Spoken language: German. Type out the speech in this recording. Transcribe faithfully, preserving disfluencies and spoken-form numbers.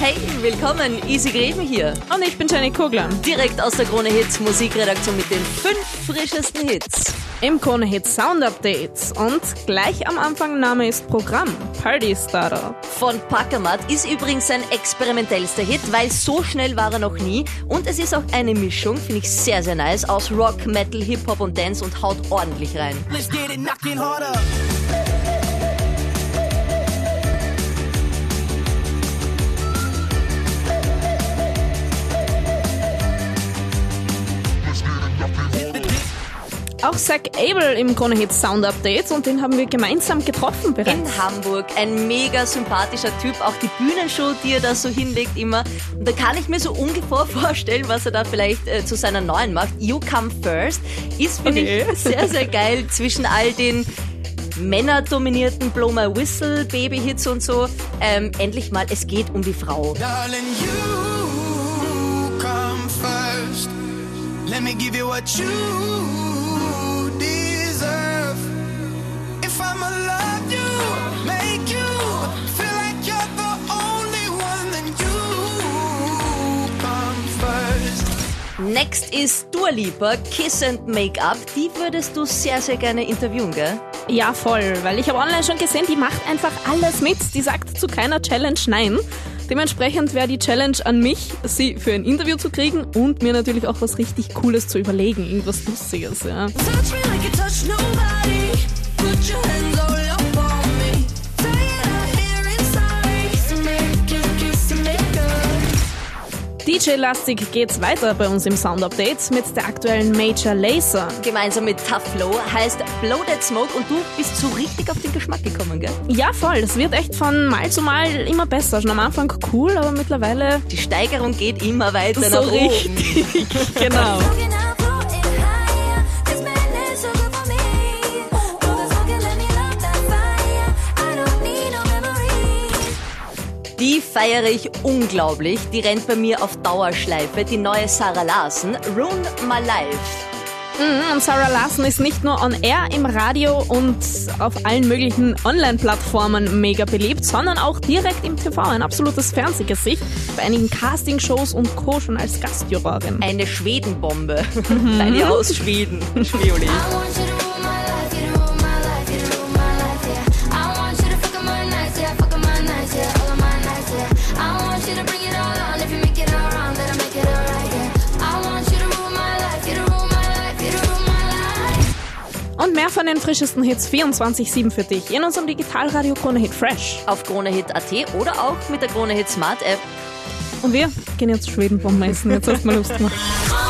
Hey, willkommen, Easy Greven hier. Und ich bin Jenny Kugler. Direkt aus der Krone Hits Musikredaktion mit den fünf frischesten Hits. Im Krone Hits Sound Updates. Und gleich am Anfang Name ist Programm. Party Starter. Von Packermat ist übrigens sein experimentellster Hit, weil so schnell war er noch nie. Und es ist auch eine Mischung, finde ich sehr, sehr nice, aus Rock, Metal, Hip-Hop und Dance und haut ordentlich rein. Let's get it knocking harder. Auch Zach Abel im Krone Hits Sound Updates und den haben wir gemeinsam getroffen bereits. In Hamburg, ein mega sympathischer Typ, auch die Bühnenshow, die er da so hinlegt immer. Und da kann ich mir so ungefähr vorstellen, was er da vielleicht äh, zu seiner neuen macht. You Come First ist, finde Okay. ich, sehr, sehr geil zwischen all den männerdominierten Blow My Whistle, Baby-Hits und so. Ähm, endlich mal, es geht um die Frau. Darling, you come first. Let me give you what you deserve. If I'ma love you, make you feel like you're the only one, then you come first. Next ist Dua Lipa, Kiss and Make Up. Die würdest du sehr, sehr gerne interviewen, gell? Ja, voll, weil ich habe online schon gesehen, die macht einfach alles mit. Die sagt zu keiner Challenge nein. Dementsprechend wäre die Challenge an mich, sie für ein Interview zu kriegen und mir natürlich auch was richtig Cooles zu überlegen. Irgendwas Lustiges, ja. Touch me like you touch nobody. Put your hands all up on me. Say it out here inside. Kiss and make it, kiss and make up. D J-lastig geht's weiter bei uns im Sound Update mit der aktuellen Major Lazer. Gemeinsam mit Tough Flow heißt Blow That Smoke und du bist so richtig auf den Geschmack gekommen, gell? Ja, voll. Es wird echt von Mal zu Mal immer besser. Schon am Anfang cool, aber mittlerweile Die Steigerung geht immer weiter so nach oben. richtig. Genau. Smoking out, floating higher. This madness so good for me. Blow the smoke and let me love that fire. I don't need no memory. Die feiere ich unglaublich. Die rennt bei mir auf Dauerschleife. Die neue Sarah Larson, Ruin My Life. Mhm, und Sarah Larson ist nicht nur on air im Radio und auf allen möglichen Online-Plattformen mega beliebt, sondern auch direkt im T V. Ein absolutes Fernsehgesicht. Bei einigen Castingshows und Co. schon als Gastjurorin. Eine Schwedenbombe. Beide aus Schweden. Schwioli. I want you to rule my life, you to rule my life, you to rule my life, yeah. I want you to fuck up my nights, yeah, fuck up my nights, yeah, all of my nights, yeah. I want you to bring it all on. If you make it all wrong, then I make it all right, yeah. I want you to rule my life, you to rule my life, you to rule my life. Und mehr von den frischesten Hits vierundzwanzig sieben für dich in unserem Digitalradio Krone Hit Fresh. Auf KroneHit Punkt at oder auch mit der KroneHit Smart App. Und wir gehen jetzt Schwedenbomben essen. Jetzt hast du mal Lust gemacht.